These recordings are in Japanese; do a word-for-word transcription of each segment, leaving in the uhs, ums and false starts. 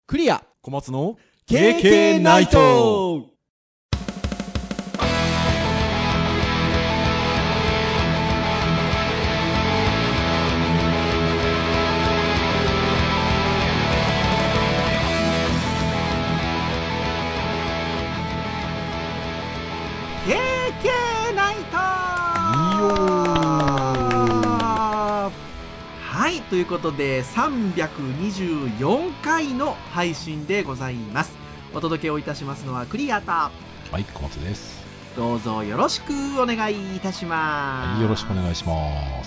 クリア小松のケーケー ナイト。 ケーケー ナイト。はい、ということでさんびゃくにじゅうよんかいの配信でございます。お届けをいたしますのはクリアと、 はい、小松です。 どうぞよろしくお願いいたします。 はい、よろしくお願いします。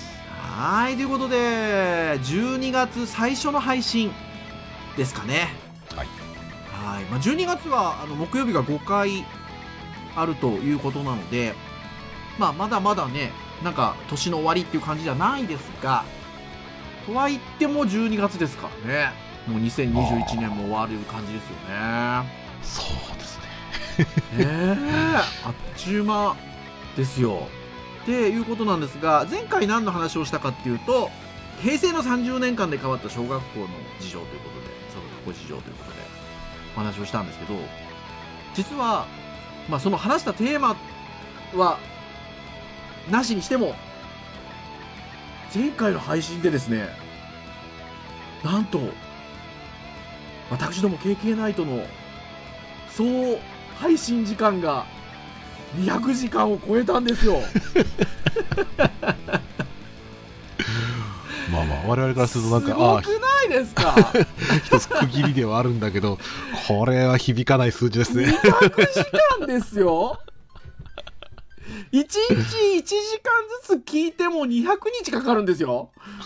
はい、ということでじゅうにがつ最初の配信ですかね。 はい、 はい、まあ、じゅうにがつはあの木曜日がごかいあるということなので、まあ、まだまだね、なんか年の終わりっていう感じじゃないですが、とは言ってもじゅうにがつですからね。もうにせんにじゅういちねんも終わる感じですよね。 そうですね。 ねえ、あっちゅう間ですよ。っていうことなんですが、前回何の話をしたかっていうと、平成のさんじゅうねんかんで変わった小学校の事情ということで、小学校事情ということでお話をしたんですけど、実は、まあ、その話したテーマはなしにしても、前回の配信でですね、なんと私ども ケーケー ナイトの総配信時間がにひゃくじかんを超えたんですよ。 まあまあ我々からするとなんかすごくないですか。 一つ区切りではあるんだけど、これは響かない数字ですね。 にひゃくじかんですよ。いちにちいちじかんずつ聞いてもにひゃくにちかかるんですよ。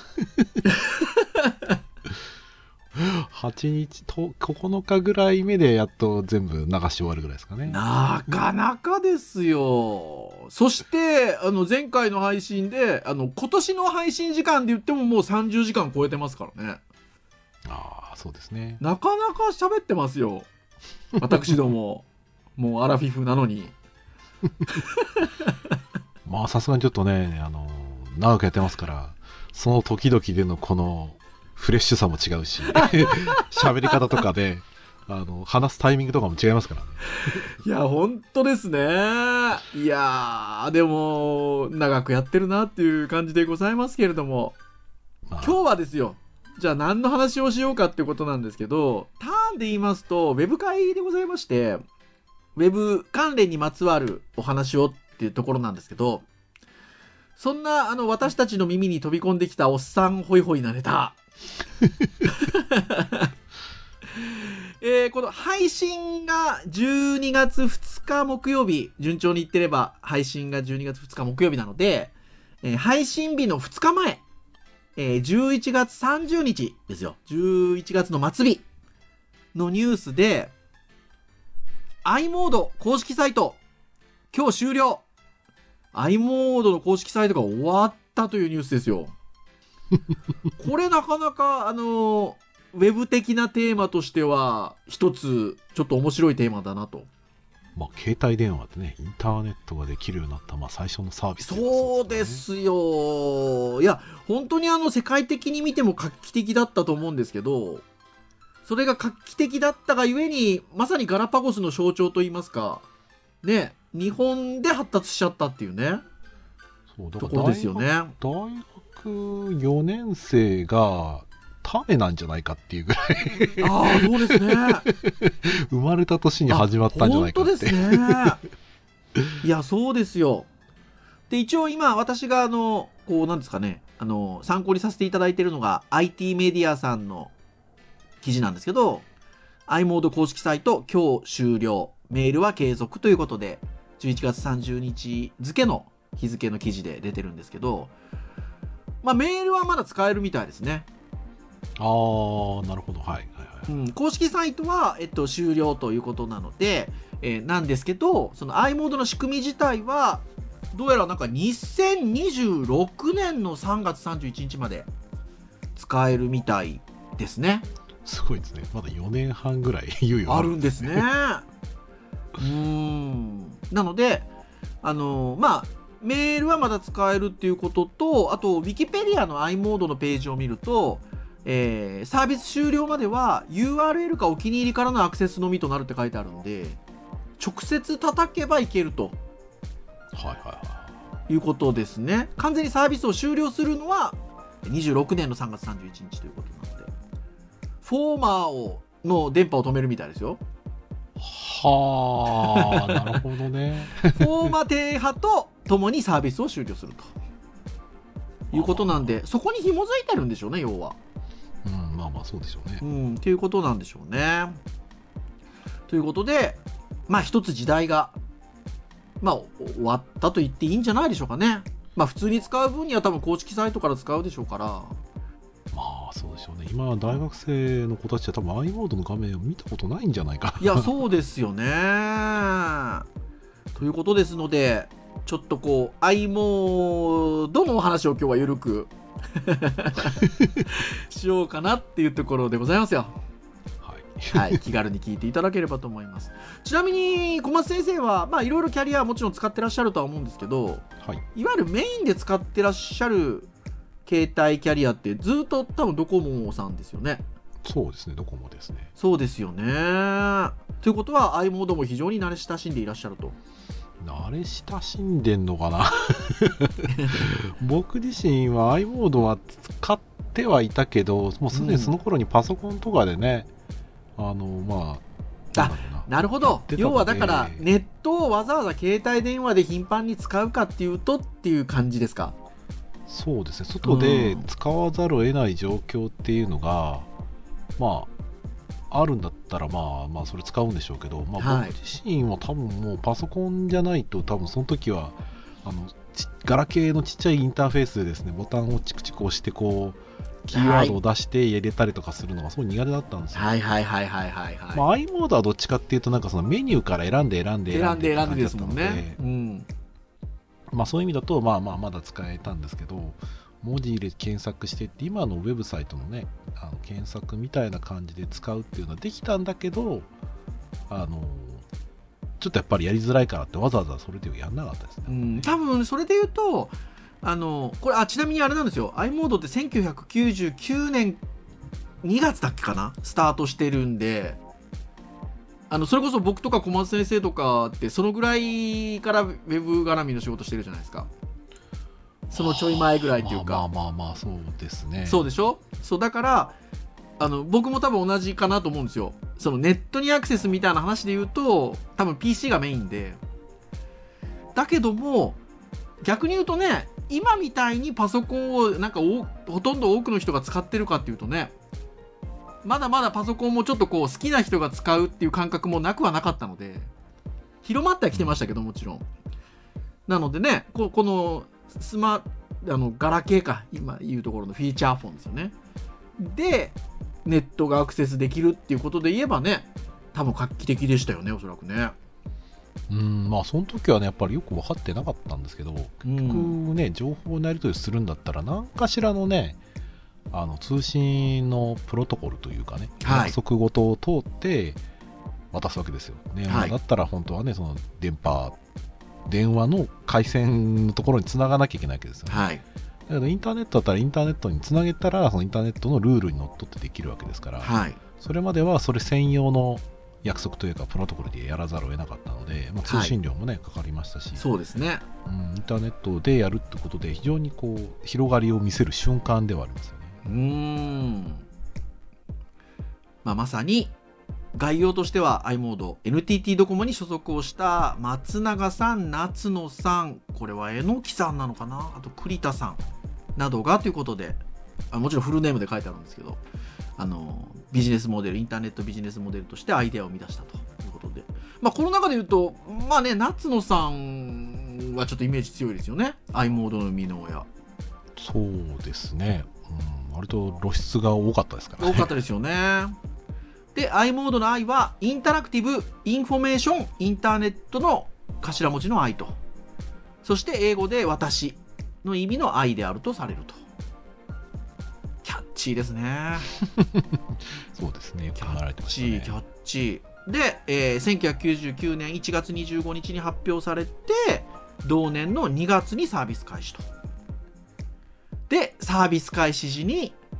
はちにちとここのかぐらい目でやっと全部流し終わるぐらいですかね。 なかなかですよ。そしてあの前回の配信で、あの今年の配信時間で言ってももうさんじゅうじかん超えてますからね。 ああ、そうですね。 なかなか喋ってますよ、私ども。もうアラフィフなのに。 まあさすがにちょっとね、あの長くやってますから、その時々でのこのフレッシュさも違うし、喋り方とかであの話すタイミングとかも違いますからね。 いや本当ですね。いやでも長くやってるなっていう感じでございますけれども、まあ、今日はですよ、じゃあ何の話をしようかっていうことなんですけど、ターンで言いますとウェブ会でございまして、ウェブ関連にまつわるお話をっていうところなんですけど、そんなあの私たちの耳に飛び込んできたおっさんホイホイなネタ。えー、この配信がじゅうにがつふつか木曜日、順調にいってれば配信がじゅうにがつふつか木曜日なので、えー、配信日のふつかまえ、えー、じゅういちがつさんじゅうにちですよ。じゅういちがつの末日のニュースで、i モード公式サイト今日終了。 i モードの公式サイトが終わったというニュースですよ。これなかなかあのウェブ的なテーマとしては一つちょっと面白いテーマだなと。 まあ携帯電話でね、インターネットができるようになったまあ最初のサービス、 ね、そうですよ。いや本当にあの世界的に見ても画期的だったと思うんですけど、それが画期的だったがゆえにまさにガラパゴスの象徴といいますかね、日本で発達しちゃったっていうね、 そうだからところですよね。 大学よねん生が種なんじゃないかっていうぐらいああそうですね。 生まれた年に始まったんじゃないかって。 本当ですね。いやそうですよ。で一応今私があのこうなんですかね、あの参考にさせていただいているのが アイティー メディアさんの記事なんですけど、 i モード公式サイト今日終了、メールは継続ということでじゅういちがつさんじゅうにち付の日付の記事で出てるんですけど、まあメールはまだ使えるみたいですね。 ああ、なるほど、はいはいはい、 うん、公式サイトは、えっと、終了ということなので、えー、なんですけど、その i モードの仕組み自体はどうやらなんかにせんにじゅうろくねんのさんがつさんじゅういちにちまで使えるみたいですね。 すごいですね。まだよねんはんぐらい猶予あるんですね。うーん、なのであのー、まあメールはまだ使えるっていうことと、あとウィキペディアの i モードのページを見ると、 えーサービス終了までは ユーアールエル かお気に入りからのアクセスのみとなるって書いてあるので、直接叩けばいけるとはいはいはいうことですね。完全にサービスを終了するのはにじゅうろくねんのさんがつさんじゅういちにちということなので、フォーマーをの電波を止めるみたいですよ。 い。はあ、なるほどね。 フォーマテ派と共にサービスを終了するということなんで、そこに紐づいてるんでしょうね、要は。 うん、まあまあそうでしょうね。 うん、っていうことなんでしょうね。ということで、まあ一つ時代が、まあ終わったと言っていいんじゃないでしょうかね。まあ普通に使う分には多分公式サイトから使うでしょうから。 まあそうでしょうね。今大学生の子たちは多分 i モードの画面を見たことないんじゃないかな。 いや、そうですよね。ということですので、ちょっとこう i モードのお話を今日はゆるくしようかなっていうところでございますよ。 はいはい、気軽に聞いていただければと思います。ちなみに小松先生は、まあいろいろキャリアはもちろん使ってらっしゃるとは思うんですけど、 はい。 いわゆるメインで使ってらっしゃる携帯キャリアってずっと多分ドコモさんですよね。 そうですね、ドコモですね。 そうですよね。ということは i モードも非常に慣れ親しんでいらっしゃると。 慣れ親しんでんのかな。僕自身は i モードは使ってはいたけど、もうすでにその頃にパソコンとかでね、うん、あのまああ、なるほど。要はだからネットをわざわざ携帯電話で頻繁に使うかっていうとっていう感じですか。 そうですね、外で使わざるを得ない状況っていうのが、うん、まああるんだったらまあまあそれ使うんでしょうけど、まあ、僕自身も多分もうパソコンじゃないと多分その時はあのガラケーのちっちゃいインターフェースでですね、ボタンをチクチク押してこうキーワードを出して入れたりとかするのがすごい苦手だったんですよ。 はいはいはいはいはいはい。 まあ i モードはどっちかっていうとなんかそのメニューから選んで選んで選んで選んでですもんね。うん。 まあそういう意味だとまあまあまだ使えたんですけど、文字入れ検索してって今のウェブサイトのねあの検索みたいな感じで使うっていうのはできたんだけど、あのちょっとやっぱりやりづらいからってわざわざそれでやんなかったですね。 うん、多分それで言うとあのこれあちなみにあれなんですよ、 i モードってせんきゅうひゃくきゅうじゅうきゅうねんにがつだっけかなスタートしてるんで、あのそれこそ僕とか小松先生とかってそのぐらいからウェブ絡みの仕事してるじゃないですか。そのちょい前ぐらいっていうか、 まあまあまあまあそうですね。 そうでしょ。そうだからあの僕も多分同じかなと思うんですよ。そのネットにアクセスみたいな話で言うと多分 ピーシー がメインで、だけども逆に言うとね、今みたいにパソコンをなんかほとんど多くの人が使ってるかっていうとね、まだまだパソコンもちょっとこう好きな人が使うっていう感覚もなくはなかったので、広まってはきてましたけどもちろん。なのでね、こ, このスマあのガラケーか今言うところのフィーチャーフォンですよね。でネットがアクセスできるっていうことで言えばね、多分画期的でしたよね、おそらくね。 うんまあその時はねやっぱりよく分かってなかったんですけど、結局ね、うん、情報のやり取りするんだったら何かしらのねあの通信のプロトコルというかね、はい、約束事を通って渡すわけですよ。電話だったら本当はねその電波電話の回線のところにつながなきゃいけないわけですよね。はい、だけどインターネットだったらインターネットにつなげたらそのインターネットのルールにのっとってできるわけですから、はい、それまではそれ専用の約束というかプロトコルでやらざるを得なかったので、まあ、通信料もね、はい、かかりましたし、 そうですね、 うん、インターネットでやるってことで非常にこう広がりを見せる瞬間ではありますよね。 うーん、まあ、まさに概要としては i モード エヌティーティー ドコモに所属をした松永さん、夏野さん、これは榎木さんなのかな、あと栗田さんなどがということで、あもちろんフルネームで書いてあるんですけど、あのビジネスモデルインターネットビジネスモデルとしてアイデアを生み出したということで、まあ、この中で言うとまあね夏野さんはちょっとイメージ強いですよね、 i モードの生みの親。 そうですね、うん、割と露出が多かったですからね。 多かったですよね。で i モードの I はインタラクティブインフォメーションインターネットの頭文字の I と、そして英語で私の意味の I であるとされると。キャッチーですね。 そうですね、よく考えられてましたね。 キャッチーキャッチーで、えー、せんきゅうひゃくきゅうじゅうきゅうねんいちがつにじゅうごにちに発表されて同年のにがつにサービス開始と。でサービス開始時に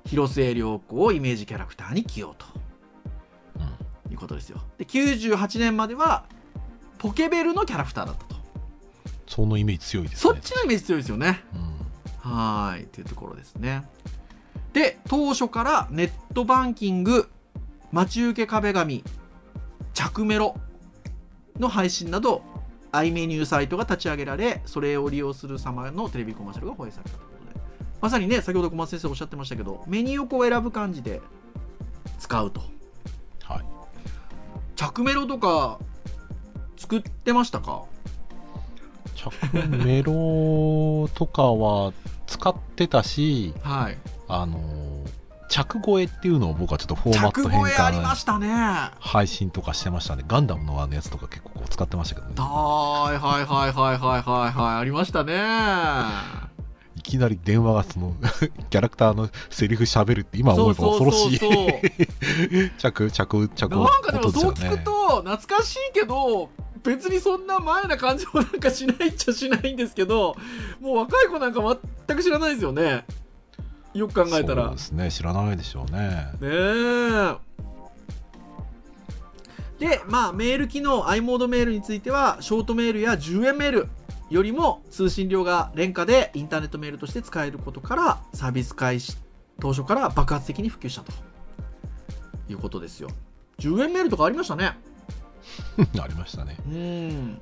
広末涼子をイメージキャラクターに起用と、うん、いうことですよ。できゅうじゅうはちねんまではポケベルのキャラクターだったと。 そのイメージ強いですね。 そっちのイメージ強いですよね、 うん、 はーいっていうところですね。で当初からネットバンキング、待ち受け壁紙、着メロの配信など i メニューサイトが立ち上げられ、それを利用する様のテレビコマーシャルが放映されたということで、まさにね先ほど小松先生おっしゃってましたけど、メニューをこう選ぶ感じで使うと。 はい。 着メロとか作ってましたか？ 着メロとかは使ってたし、 はい、あの着声っていうのを僕はちょっとフォーマット変換ありましたね。 配信とかしてましたね。ガンダムのあのやつとか結構こう使ってましたけどね。 はいはいはいはいはいはいはいありましたね。 いきなり電話がそのキャラクターのセリフ喋るって今思えば恐ろしい。着着着なんかでもそう聞くと懐かしいけど、別にそんな前な感じもなんかしないっちゃしないんですけど、もう若い子なんか全く知らないですよね。よく考えたら。 そうですね、知らないでしょうね。 ねえ。で、まあメール機能 i モードメールについてはショートメールやじゅうえんメールよりも通信量が廉価でインターネットメールとして使えることからサービス開始当初から爆発的に普及したということですよ。じゅうえんメールとかありましたね。 ありましたね。 うん。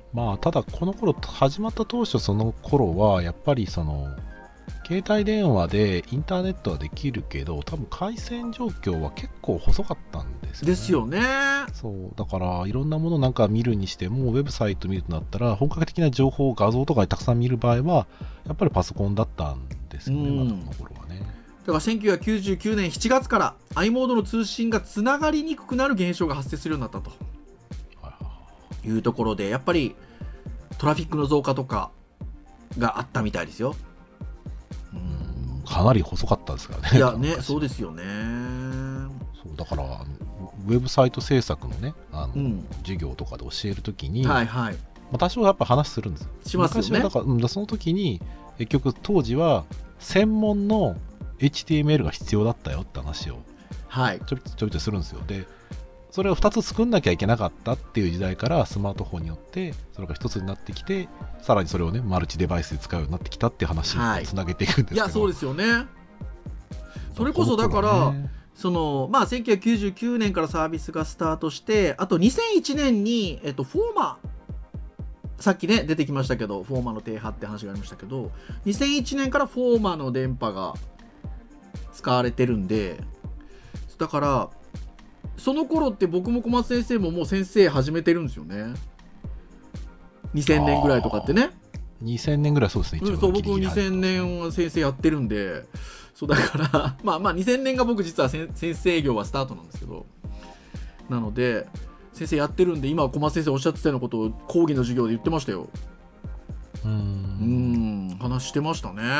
まあただこの頃始まった当初、その頃はやっぱりその携帯電話でインターネットはできるけど、多分回線状況は結構細かったんですよね。 ですよね。 そうだからいろんなものなんか見るにしても、ウェブサイト見るとなったら本格的な情報、画像とかでたくさん見る場合はやっぱりパソコンだったんですよね、まだこの頃はね。 だからせんきゅうひゃくきゅうじゅうきゅうねんしちがつから i モードの通信がつながりにくくなる現象が発生するようになったというところで、やっぱりトラフィックの増加とかがあったみたいですよ。 うん、かなり細かったですからね。 いやね、そうですよね。 そうだからウェブサイト制作のね、あの、うん、授業とかで教えるときに、 はいはい、まあ、多少やっぱ話するんですよ。 しますよね。 昔はだから、うん、その時に結局当時は専門の エイチティーエムエル が必要だったよって話をちょびちょびとするんですよ。でそれをふたつ作んなきゃいけなかったっていう時代からスマートフォンによってそれがひとつになってきて、さらにそれをねマルチデバイスで使うようになってきたっていう話につなげていくんですけど、 はい、いやそうですよね。それこそだから、ね、そのまあせんきゅうひゃくきゅうじゅうきゅうねんからサービスがスタートして、あとにせんいちねんに、えっと、フォーマさっきね出てきましたけど、フォーマの停波って話がありましたけど、にせんいちねんからフォーマの電波が使われてるんで、だからその頃って僕も小松先生ももう先生始めてるんですよね。にせんねんぐらいとかってね。 にせんねんぐらいそうですね。 一応そう、僕もにせんねんは先生やってるんで、そうだからまあまあにせんねんが僕実は先生業はスタートなんですけど、なので先生やってるんで、今小松先生おっしゃってたようなことを講義の授業で言ってましたよ。うーん、うーん話してましたね。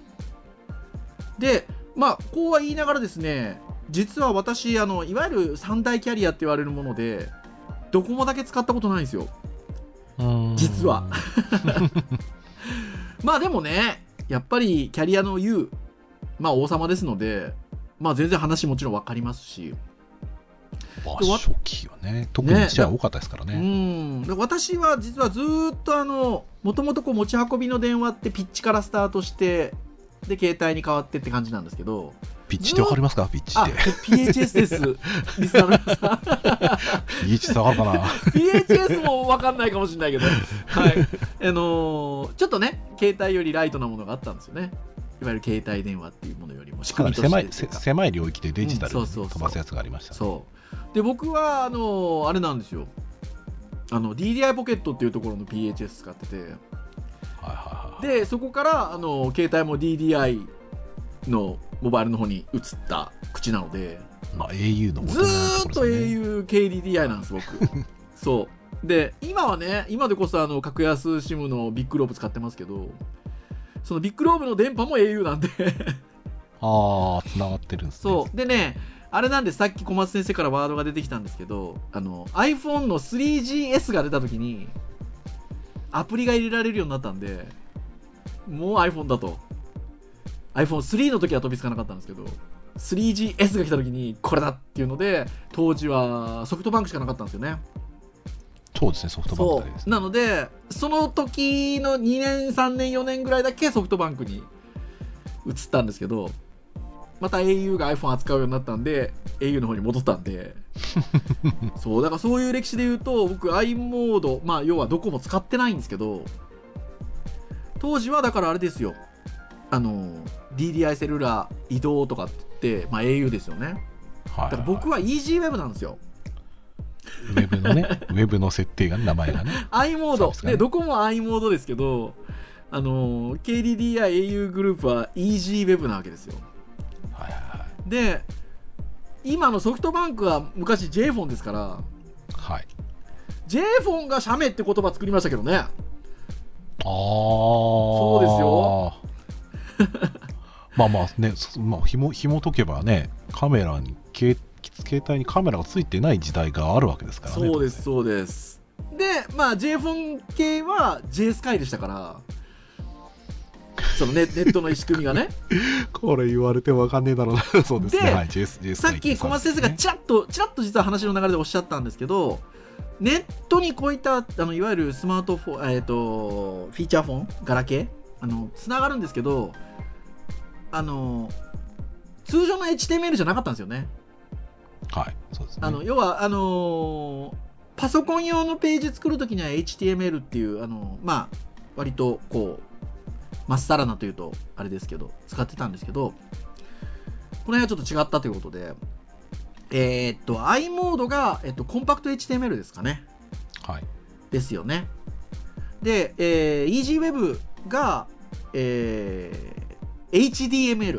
でまあこうは言いながらですね、実は私あのいわゆる三大キャリアって言われるものでドコモだけ使ったことないんですよ、実はまあでもね、やっぱりキャリアの言うまあ王様ですので、まあ全然話もちろん分かりますし、 まあ、初期はね特にシェア多かったですからね。 うん、で私は実はずっとあのもともとこう持ち運びの電話ってピッチからスタートしてで携帯に変わってって感じなんですけど、 ピッチってわかりますか？ピッチって。 ピーエイチエス です。リスナーの皆さん。ピーエイチエス わかるかな？ ピーエイチエス もわかんないかもしれないけど、はい。あのー、ちょっとね、携帯よりライトなものがあったんですよね。いわゆる携帯電話っていうものよりも仕組みとして狭い狭い領域でデジタルに飛ばすやつがありましたね。 そうで僕はあのー、あれなんですよ。あの ディーディーアイ ポケットっていうところの ピーエイチエス 使ってて、はいはいはい、でそこからあの携帯も ディーディーアイ のモバイルの方に移った口なので、 まあ エーユー のずーっと エーユー 系 ディーディーアイ なんです僕そうで今はね、今でこそあの格安 SIM のビッグローブ使ってますけど、そのビッグローブの電波も エーユー なんでああ、つながってるんですね。 そうでね、あれなんで、さっき小松先生からワードが出てきたんですけど、あの iPhone の スリージーエス が出た時にアプリが入れられるようになったんで、もう iPhone だと アイフォンスリー の時は飛びつかなかったんですけど、 スリージーエス が来た時にこれだっていうので、当時はソフトバンクしかなかったんですよね。 そうですね、ソフトバンクだけです、ね、 なのでその時のにねんさんねんよねんぐらいだけソフトバンクに移ったんですけど、また au が iPhone 扱うようになったんで au の方に戻ったんでそうだからそういう歴史で言うと僕 i モード、まあ要はどこも使ってないんですけど、当時はだからあれですよ、あの ディーディーアイ セルラー移動とかって言って、まあ、au ですよね。 はいはいはい、 だから僕は EasyWeb なんですよ。 ウェブのね、ウェブの設定が、ね、名前がね。 i モード、 ね、 でどこも i モードですけど、あの ケーディーディーアイ au グループは EasyWeb なわけですよ。 はいはいはい。 で、今のソフトバンクは昔 J フォンですから、 はい。 J フォンが写メって言葉作りましたけどね。ああ。 そうですよ。まあまあね、まあ、ひも紐解けばね、カメラに携携帯にカメラがついてない時代があるわけですからね。 そうですそうです。で、まあ J フォン系は J スカイでしたから、その ネ, ネットの仕組みがね。 これ言われても分かんねえだろうな。そうですね。はい、J スカイ、 さっき小松先生がちらっとちらっと実は話の流れでおっしゃったんですけど、ネットにこういったあのいわゆるスマートフォン、えーと、フィーチャーフォン、ガラケーあのつながるんですけど、あの通常の エイチティーエムエル じゃなかったんですよね。 はい、そうですね。 あの要はあのパソコン用のページ作るときには エイチティーエムエル っていうあのまあ割とこうまっさらなというとあれですけど使ってたんですけど、この辺はちょっと違ったということで、えー、っと i モードが、えっと、コンパクト エイチティーエムエル ですかね。 はい。 ですよね。で、えー、EasyWeb が、えー、エイチディーエムエル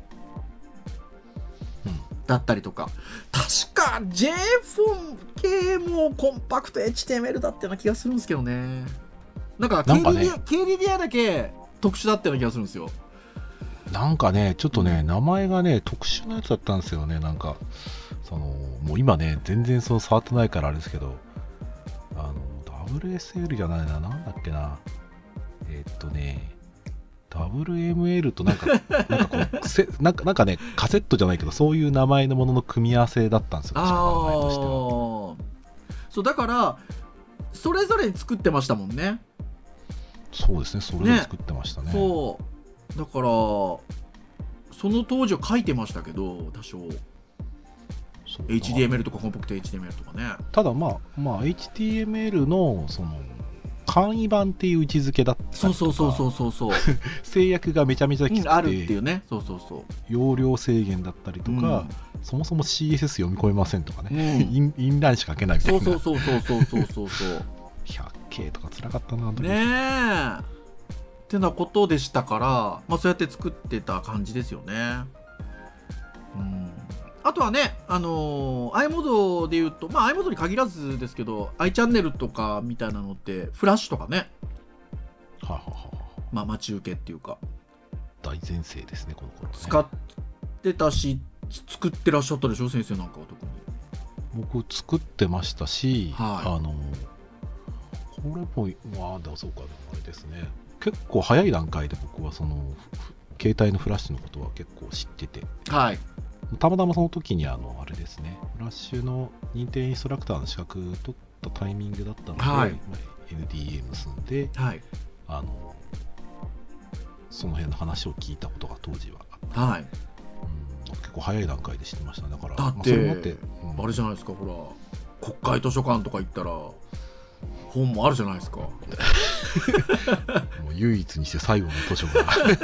だったりとか、確か J フォン系もコンパクト エイチティーエムエル だったような気がするんですけどね。なんか ケーディーディーアイ、ケーディーディーアイ だけ特殊だったような気がするんですよ。 なんかね、ちょっとね、名前がね、特殊なやつだったんですよね。なんか、その、もう今ね、全然その触ってないからあれですけど、あの、ダブリューエスエル じゃないな、なんだっけな。えー、っとね、ダブリューエムエル となんか、なんかこうせなんか、なんかね、カセットじゃないけど、そういう名前のものの組み合わせだったんですよ、確か名前としては。 そう、だから、それぞれ作ってましたもんね。 そうですね、それぞれ作ってましたね。ね、 そう。だから、その当時は書いてましたけど、多少。エイチディーエムエル とかコンパクト エイチディーエムエル とかね。 ただまあ、まあ、エイチティーエムエル の、その、簡易版っていう位置づけだったりとか、 そうそうそうそうそう制約がめちゃめちゃきつくて、 うん、あるっていうね。そうそうそう。 容量制限だったりとか、うん、そもそも シーエスエス 読み込めませんとかね、うん、インインランしか書けないみたいな。 そうそうそうそうそうそうそうひゃくケー とか辛かったな。 ねえってなことでしたから、まあ、そうやって作ってた感じですよね。うん、あとはね、あのー、i モードで言うと、まあ i モードに限らずですけど i チャンネルとかみたいなのってフラッシュとかね、 はははまあ待ち受けっていうか大前世ですね、この頃ね。 使ってたし作ってらっしゃったでしょ、先生なんかは特に。 僕作ってましたし、 はい、 あのこれもまあでもそうか、あれですね、結構早い段階で僕はその携帯のフラッシュのことは結構知ってて、 はい、 たまたまその時にあのあれですね、フラッシュの認定インストラクターの資格取ったタイミングだったので、 はい、 まあ、エヌディーエム 積んで、 はい、 あのその辺の話を聞いたことが当時はあって、 はい、 うん、結構早い段階で知ってました。だからだって、 まあ、それもあって、うん、 あれじゃないですか、ほら国会図書館とか行ったら本もあるじゃないですか。もう唯一にして最後の図書が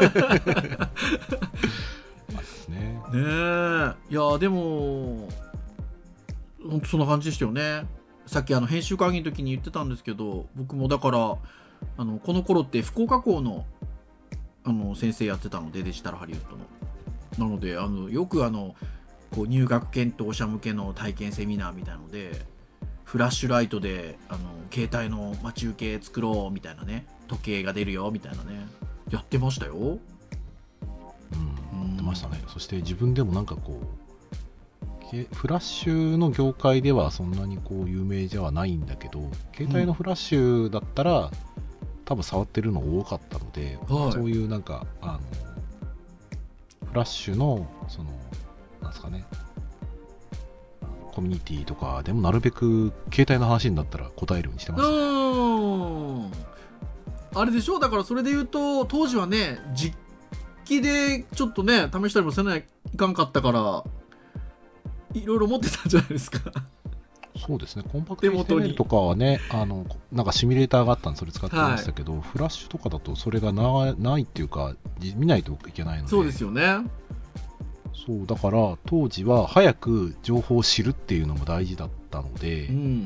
ですね。 ねえ、いやでも本当そんな感じでしたよね。さっきあの編集会議の時に言ってたんですけど、僕もだからあのこの頃って福岡校のあの先生やってたので、デジタルハリウッドの。なのであのよくあのこう入学検討者向けの体験セミナーみたいので、フラッシュライトであの携帯の待ち受け作ろうみたいなね、時計が出るよみたいなね、やってましたよ。うん、 やってましたね。そして自分でもなんかこうフラッシュの業界ではそんなにこう有名じゃはないんだけど、携帯のフラッシュだったら、うん、多分触ってるの多かったので、はい、そういうなんかあのフラッシュのそのなんですかね、コミュニティとかでもなるべく携帯の話になったら答えるようにしてました、ね、 うーんあれでしょ。だからそれで言うと当時はね実機でちょっとね試したりもせないかんかったからいろいろ持ってたんじゃないですか。 そうですね、コンパクト エイチティーエムエル とかはね、あのなんかシミュレーターがあったんでそれ使ってましたけど、はい、フラッシュとかだとそれが な, ないっていうか見ないといけないので。 そうですよね。 そうだから当時は早く情報を知るっていうのも大事だったので、うん、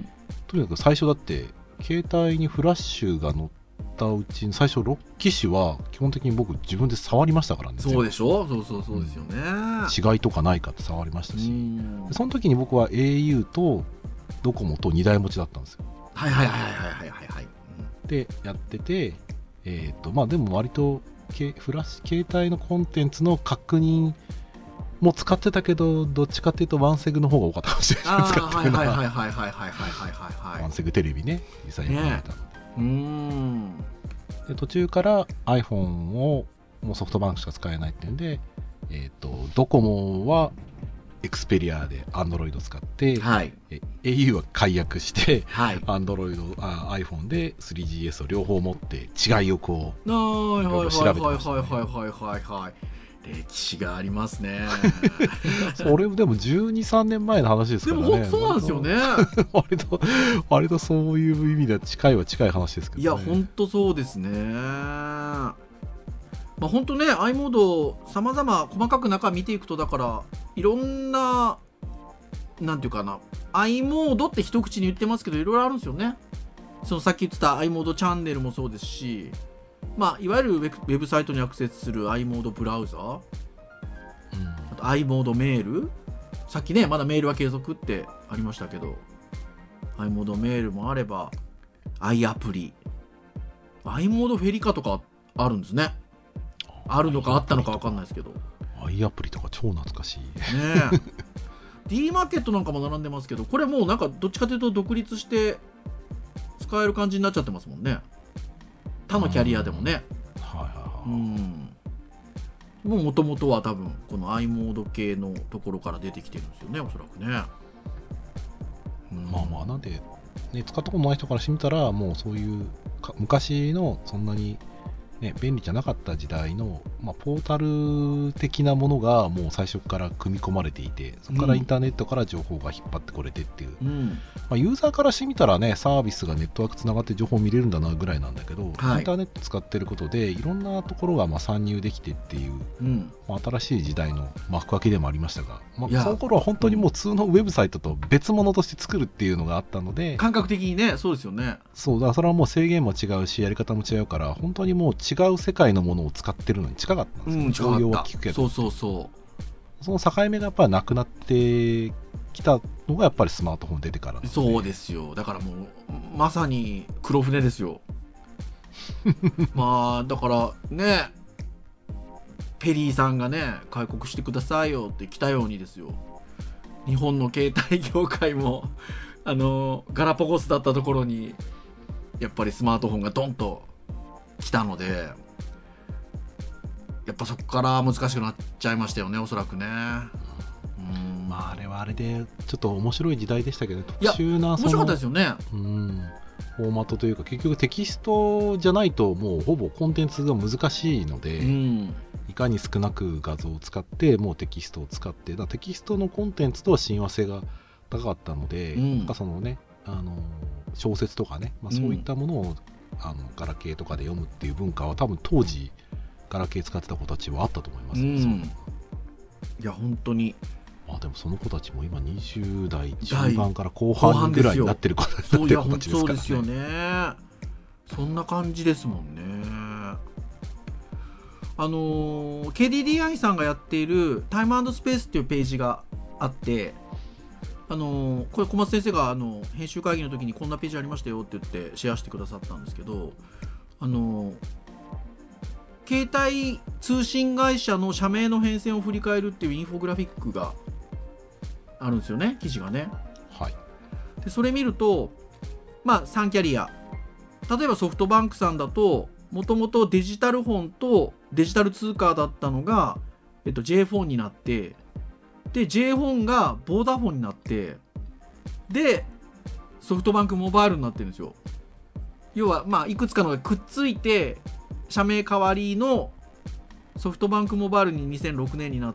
とにかく最初だって携帯にフラッシュが載ったうちに最初ろっ機種は基本的に僕自分で触りましたからね。 そうでしょ。そうそうそうですよね、 うん、違いとかないかって触りましたし、その時に僕は エーユー とドコモとにだい持ちだったんですよ。 はいはいはいはいはいはいはい。 でやってて、えーとまあ、でも割とフラッシュ携帯のコンテンツの確認も使ってたけど、どっちかっていうとワンセグの方が多かったかもしれない。使ってるのはワンセグテレビね、実際にやったので、ね、うーんで途中から iPhone をもうソフトバンクしか使えないっていうんで、えーとドコモはエクスペリアで Android を使って、はい、エーユー は解約して、はい、Android あ iPhone で スリージーエス を両方持って違いをこういろいろ調べてましたね。はいはいはいはいはいはい。 歴史がありますね。 それでもじゅうに、さんねんまえの話ですからね。 でもそうなんですよね。 割と割とそういう意味では近いは近い話ですけどね。 いや本当そうですね。まあ本当ね i モードさまざま細かく中見ていくとだからいろんななんていうかな i モードって一口に言ってますけどいろいろあるんですよね。そのさっき言ってた i モードチャンネルもそうですし。まあ、いわゆるウェブ、ウェブサイトにアクセスする i モードブラウザー、うん、あと i モードメール、さっきねまだメールは継続ってありましたけど i モードメールもあれば i アプリ i モードフェリカとかあるんですね。あるのかあったのか分かんないですけど i アプリとか超懐かしいねえD マーケットなんかも並んでますけどこれもうなんかどっちかというと独立して使える感じになっちゃってますもんね。他のキャリアでもね。もともとは多分この i モード系のところから出てきてるんですよね、おそらくね。 うん、まあまあなんで、ね、使ったことない人からしてみたらもうそういう昔のそんなに、ね、便利じゃなかった時代の、まあ、ポータル的なものがもう最初から組み込まれていてそこからインターネットから情報が引っ張ってこれてっていう、うんまあ、ユーザーからしてみたらねサービスがネットワークつながって情報見れるんだなぐらいなんだけど、はい、インターネット使ってることでいろんなところがまあ参入できてっていう、うんまあ、新しい時代の幕開けでもありましたが、まあ、その頃は本当にもう普通のウェブサイトと別物として作るっていうのがあったので感覚的にねそうですよね。 そうだからそれはもう制限も違うしやり方も違うから本当にもう違う世界のものを使ってるのに近かったんですよ、うん、応用は聞くけどそうそうそうその境目がやっぱりなくなってきたのがやっぱりスマートフォン出てからで、 そうですよ。だからもうまさに黒船ですよまあだからねペリーさんがね開国してくださいよって来たようにですよ日本の携帯業界もあのガラパゴスだったところにやっぱりスマートフォンがドンと来たのでやっぱそこから難しくなっちゃいましたよねおそらくね。 うんまああれはあれでちょっと面白い時代でしたけど特殊なその面白かったですよね。 うんフォーマットというか結局テキストじゃないともうほぼコンテンツが難しいので、うん、いかに少なく画像を使ってもうテキストを使ってだテキストのコンテンツとは親和性が高かったので、うん、なんかそのねあの小説とかね、まあ、そういったものを、うん、あのガラケーとかで読むっていう文化は多分当時ガラケー使ってた子たちはあったと思います、ねうん、 いや本当にまあでもその子たちも今にじゅう代中盤から後半ぐらいになってる子たちですからね。 そうですよね。そんな感じですもんね。あのー、ケーディーディーアイ さんがやっているタイム&スペースっていうページがあってあのー、これ小松先生があの編集会議の時にこんなページありましたよって言ってシェアしてくださったんですけどあのー携帯通信会社の社名の変遷を振り返るっていうインフォグラフィックがあるんですよね記事がね、 はい、 でそれ見るとまあさんキャリア例えばソフトバンクさんだともともとデジタルフォンとデジタル通貨だったのが、えっと、J フォンになってで J フォンがボーダフォンになって、でソフトバンクモバイルになってるんですよ。要はまあいくつかのがくっついて社名代わりのソフトバンクモバイルににせんろくねんになって、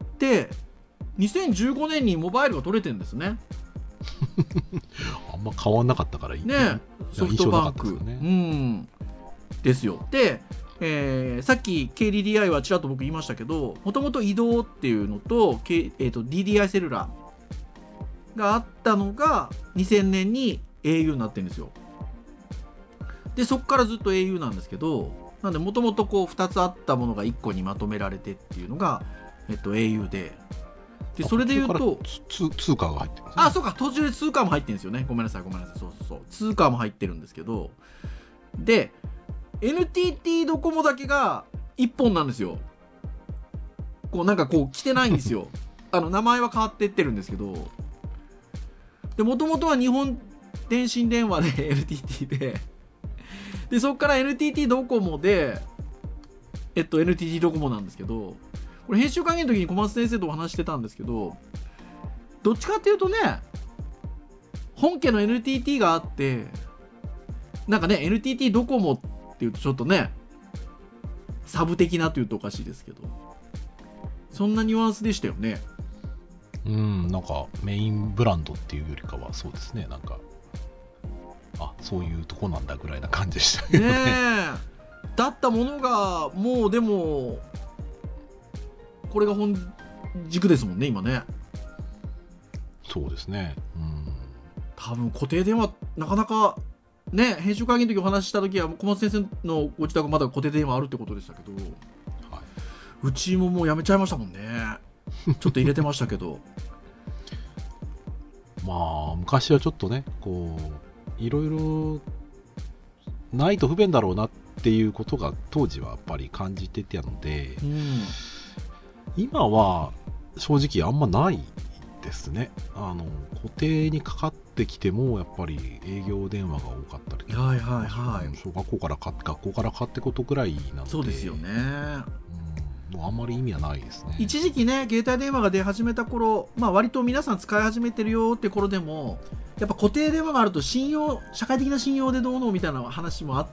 にせんじゅうごねんにモバイルが取れてるんですね。 あんま変わんなかったからいいね。ソフトバンク、 印象なかったですよね。 うんですよ。で、えーさっき ケーディーディーアイ はちらっと僕言いましたけど、もともと移動っていうのと、K えーと ディーディーアイ セルラーがあったのがにせんねんに エーユー になってるんですよ。でそこからずっと エーユー なんですけど、なんでもともとこうふたつあったものがいっこにまとめられてっていうのが、えっと、エーユー で、でそれで言うと通通貨が入ってるんですね。 あ、そうか、途中で通貨も入ってるんですよね。ごめんなさいごめんなさい、そうそうそう、通貨も入ってるんですけど、で エヌティーティー ドコモだけがいっぽんなんですよ。こうなんかこう来てないんですよ。あの名前は変わってってるんですけど、でもともとは日本電信電話で エヌティーティー で、でそこから エヌティーティー ドコモで、えっと エヌティーティー ドコモなんですけど、これ編集会議の時に小松先生とお話してたんですけど、どっちかっていうとね、本家の エヌティーティー があって、なんかね エヌティーティー ドコモっていうとちょっとねサブ的なというとおかしいですけど、そんなニュアンスでしたよね。 うん、なんかメインブランドっていうよりかはそうですね、なんかあそういうとこなんだぐらいな感じでしたけどね。 ねえだったものがもうでもこれが本軸ですもんね今ね。 そうですね、うん、 多分固定電話なかなかね、編集会議の時お話しした時は小松先生のご自宅まだ固定電話あるってことでしたけど、 はい、 うちももうやめちゃいましたもんね。ちょっと入れてましたけどまあ昔はちょっとねこういろいろないと不便だろうなっていうことが当時はやっぱり感じてたので、 うん、 今は正直あんまないですね。あの固定にかかってきてもやっぱり営業電話が多かったりとか、 はいはいはい、 小学校からか学校から買ってことくらいなので、 そうですよね、 うん、もうあんまり意味はないですね。 一時期ね携帯電話が出始めた頃、まあ割と皆さん使い始めてるよって頃でもやっぱ固定電話があると信用社会的な信用でどうのみたいな話もあって、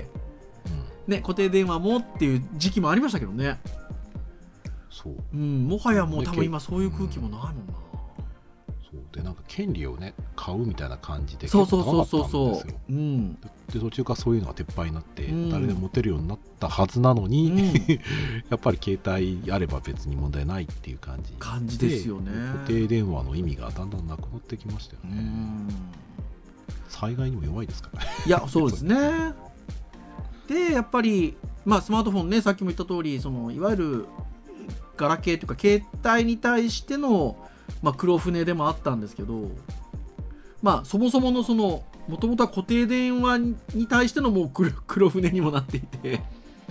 うん、ね固定電話もっていう時期もありましたけどね。 そう、 うん、もはやもう多分今そういう空気もないもんな。 そうでなんか権利をね買うみたいな感じでそう結構そうそうそう長かったんですよ。 そう、うん、 で途中からそういうのが撤廃になって、 うん、 誰でも持てるようになったはずなのに、うん、やっぱり携帯あれば別に問題ないっていう感じ感じですよね。 固定電話の意味がだんだんなくなってきましたよね。うん、災害にも弱いですからね。 いやそうですね。でやっぱり、まあ、スマートフォンねさっきも言った通りそのいわゆるガラケーというか携帯に対しての、まあ、黒船でもあったんですけど、まあそもそものそのもともとは固定電話に対してのもう 黒, 黒船にもなっていて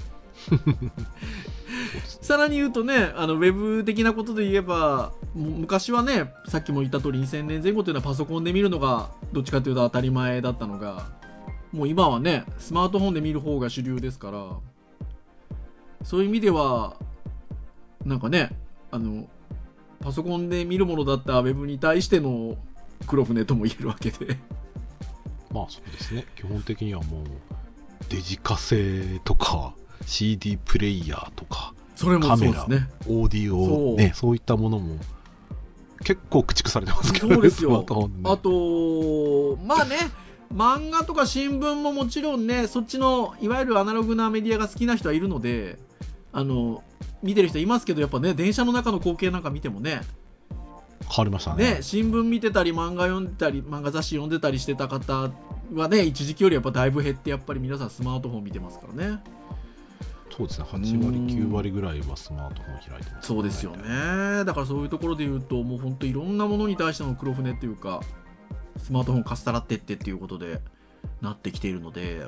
さらに言うとねあのウェブ的なことで言えば昔はねさっきも言った通りにせんねんぜん後というのはパソコンで見るのがどっちかというと当たり前だったのが、もう今はねスマートフォンで見る方が主流ですから、そういう意味ではなんかねあのパソコンで見るものだったウェブに対しての黒船とも言えるわけでまあそうですね、基本的にはもうデジカセとか シーディー プレイヤーとかそれもそうですね、 カメラ、オーディオ、ね、そういったものも結構駆逐されてますけどね。 そうですよ、 ね、 あとまあね漫画とか新聞ももちろんねそっちのいわゆるアナログなメディアが好きな人はいるのであの見てる人いますけど、やっぱね電車の中の光景なんか見てもね変わりましたね。 ね新聞見てたり漫画読んでたり漫画雑誌読んでたりしてた方はね一時期よりやっぱだいぶ減ってやっぱり皆さんスマートフォン見てますからね。 そうですね、はちわりきゅうわりぐらいはスマートフォン開いてます、ね、 そうですよね。だからそういうところで言うともう本当いろんなものに対しての黒船っていうかスマートフォンかっさらってってっていうことでなってきているので、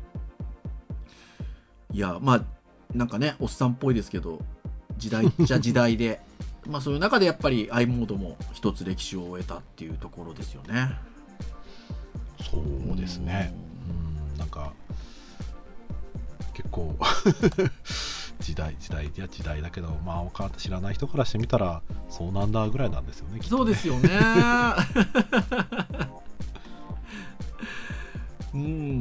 いやまあなんかねおっさんっぽいですけど時代っちゃ時代でまあそういう中でやっぱり i モードも一つ歴史を終えたっていうところですよね。 そうですね、うん、なんか結構時時代時代いや時代だけど、まあわか知らない人からしてみたらそうなんだぐらいなんですよね。きっとねそうですよねうん、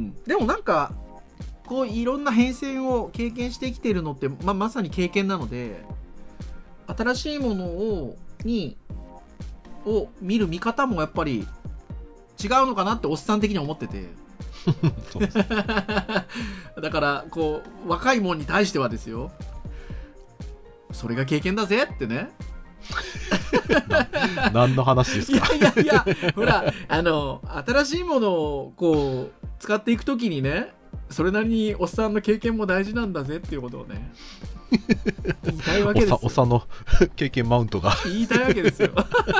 でもなんかこういろんな変遷を経験してきているのって、まあ、まさに経験なので、新しいものをにを見る見方もやっぱり違うのかなっておっさん的には思っててそうですねだからこう若いもんに対してはですよ、それが経験だぜってねな何の話ですか。 いやいやいやほらあの新しいものをこう使っていくときにね、それなりにおっさんの経験も大事なんだぜっていうことをね言いたいわけですよ。 おっさんの経験マウントが言いたいわけですよ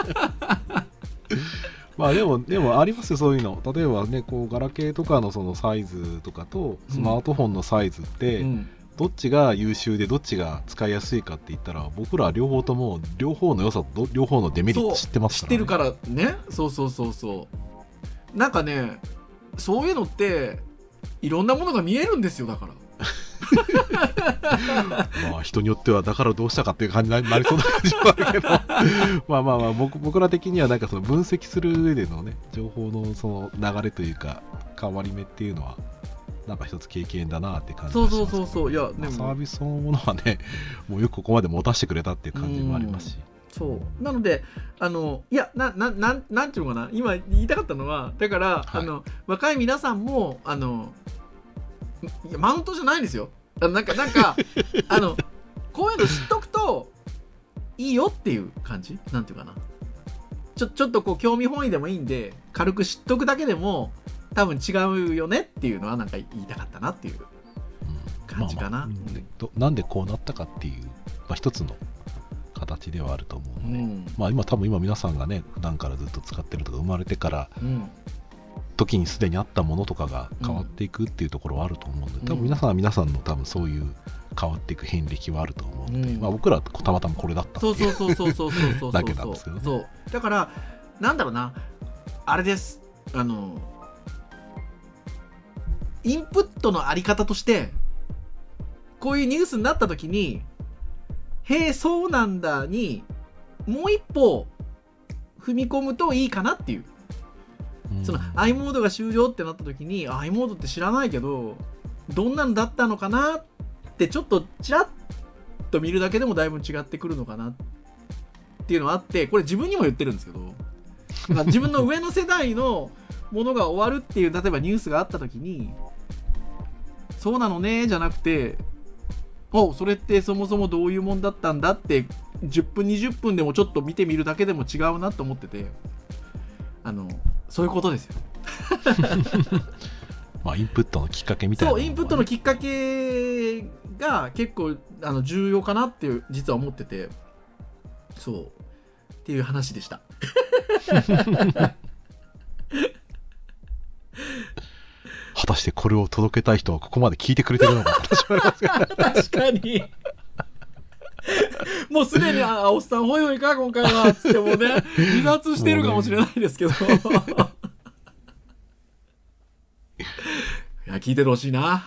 まあでもでもありますよそういうの。例えばねこうガラケーとかのそのサイズとかとスマートフォンのサイズって、うん、どっちが優秀でどっちが使いやすいかって言ったら、僕らは両方とも両方の良さと両方のデメリット知ってますからね。 知ってるからね。そうそうそうそう。なんかねそういうのっていろんなものが見えるんですよ。だからまあ人によってはだからどうしたかっていう感じになりそうな感じもあるけどまあまあまあ 僕, 僕ら的にはなんかその分析する上でのね情報のその流れというか変わり目っていうのはなんか一つ経験だなって感じがします、ね、 そうそうそうそう。いや、 まあ、サービスそのものはねもうよくここまで持たせてくれたっていう感じもありますし、 そうなのであのいやななななんていうのかな、今言いたかったのはだから、はい、あの若い皆さんもあのいやマウントじゃないんですよ。なんかなんかあのこういうの知っとくといいよっていう感じなんていうかな、ちょちょっとこう興味本位でもいいんで軽く知っとくだけでも多分違うよねっていうのはなんか言いたかったなっていう感じかな、うんまあまあ、なんでこうなったかっていう、まあ、一つの形ではあると思うので、うん、まあ今多分今皆さんがね普段からずっと使ってるとか生まれてから、うん時にすでにあったものとかが変わっていくっていうところはあると思うので、うん、多分皆さんは皆さんの多分そういう変わっていく遍歴はあると思うので、うんまあ、僕らはたまたまこれだったっていうだけなんですけどね。 そうだからなんだろうなあれですあのインプットのあり方としてこういうニュースになった時にへえそうなんだにもう一歩踏み込むといいかなっていう、その i モードが終了ってなった時に i モードって知らないけどどんなんだったのかなってちょっとちらっと見るだけでもだいぶ違ってくるのかなっていうのはあって、これ自分にも言ってるんですけど、だから自分の上の世代のものが終わるっていう例えばニュースがあった時にそうなのねじゃなくて、おそれってそもそもどういうもんだったんだってじゅっぷんにじゅっぷんでもちょっと見てみるだけでも違うなと思ってて、あのそういうことですよまあインプットのきっかけみたいな、 そうインプットのきっかけが結構あの重要かなっていう実は思ってて、そうっていう話でした果たしてこれを届けたい人はここまで聞いてくれてるのか私は確かにもうすでにあおっさんホイホイか今回はつってもね離脱してるかもしれないですけど、ね、いや聞いててほしいな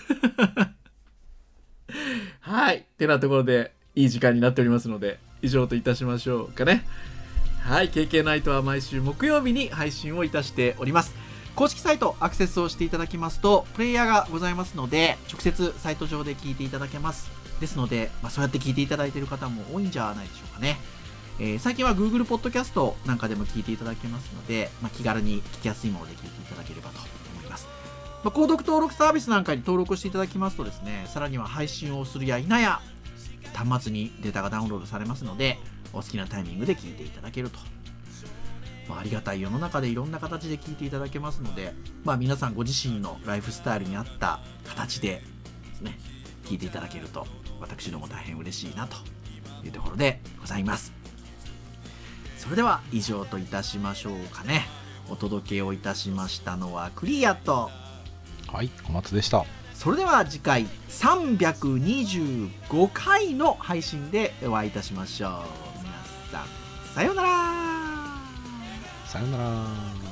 はいてなところでいい時間になっておりますので以上といたしましょうかね。はい ケーケー ナイトは毎週木曜日に配信をいたしております。公式サイトアクセスをしていただきますとプレイヤーがございますので直接サイト上で聞いていただけます。ですので、まあ、そうやって聞いていただいている方も多いんじゃないでしょうかね。えー、最近は Google ポッドキャストなんかでも聞いていただけますので、まあ、気軽に聞きやすいもので聞いていただければと思います。まあ、購読登録サービスなんかに登録していただきますとですね、さらには配信をするや否や端末にデータがダウンロードされますのでお好きなタイミングで聞いていただけると、まあ、ありがたい世の中でいろんな形で聞いていただけますので、まあ、皆さんご自身のライフスタイルに合った形でですね聞いていただけると私ども大変嬉しいなというところでございます。それでは以上といたしましょうかね。お届けをいたしましたのはクリアとはい小松でした。 それでは次回さんびゃくにじゅうごかいの配信でお会いいたしましょう。皆さんさようなら。 さようなら。